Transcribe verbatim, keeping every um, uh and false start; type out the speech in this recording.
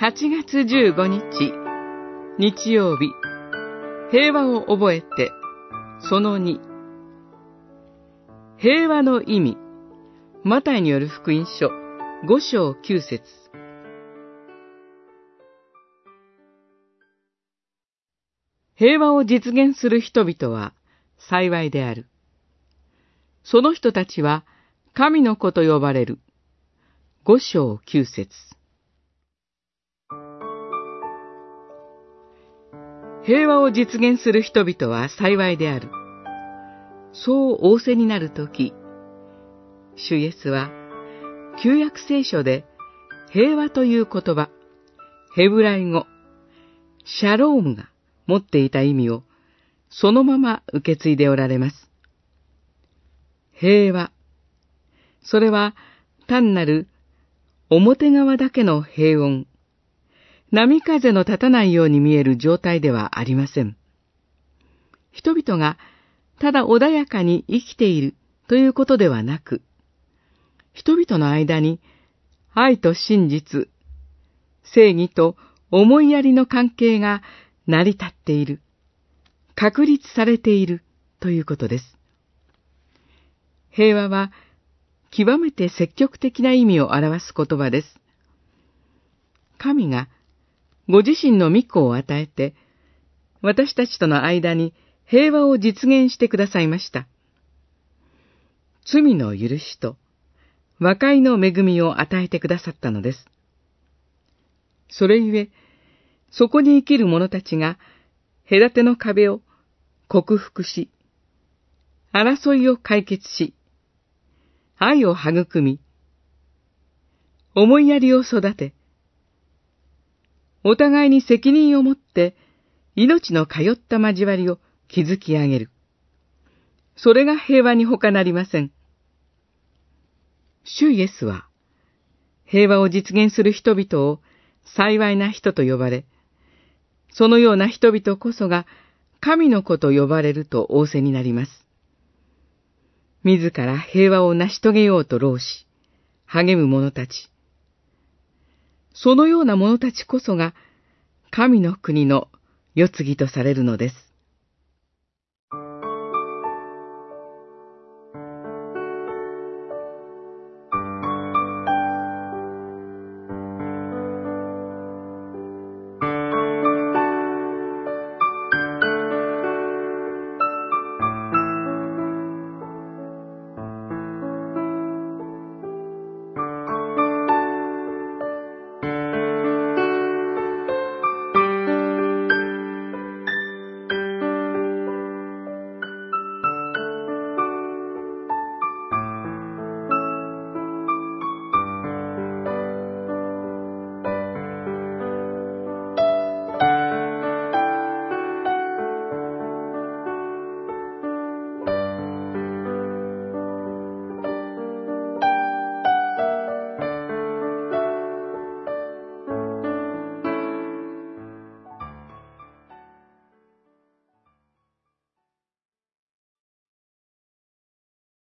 はちがつじゅうごにち、日曜日、平和を覚えて、そのに。平和の意味、マタイによる福音書、ごしょうきゅうせつ。平和を実現する人々は幸いである。その人たちは神の子と呼ばれる。ごしょうきゅうせつ。平和を実現する人々は幸いである。そう仰せになるとき、主イエスは旧約聖書で平和という言葉、ヘブライ語、シャロームが持っていた意味をそのまま受け継いでおられます。平和。それは単なる表側だけの平穏、波風の立たないように見える状態ではありません。人々がただ穏やかに生きているということではなく、人々の間に愛と真実、正義と思いやりの関係が成り立っている、確立されているということです。平和は極めて積極的な意味を表す言葉です。神がご自身の御子を与えて、私たちとの間に平和を実現してくださいました。罪の許しと和解の恵みを与えてくださったのです。それゆえ、そこに生きる者たちが隔ての壁を克服し、争いを解決し、愛を育み、思いやりを育て、お互いに責任を持って命の通った交わりを築き上げる。それが平和に他なりません。主イエスは平和を実現する人々を幸いな人と呼ばれ、そのような人々こそが神の子と呼ばれると仰せになります。自ら平和を成し遂げようと労し、励む者たち。そのような者たちこそが神の国の世継ぎとされるのです。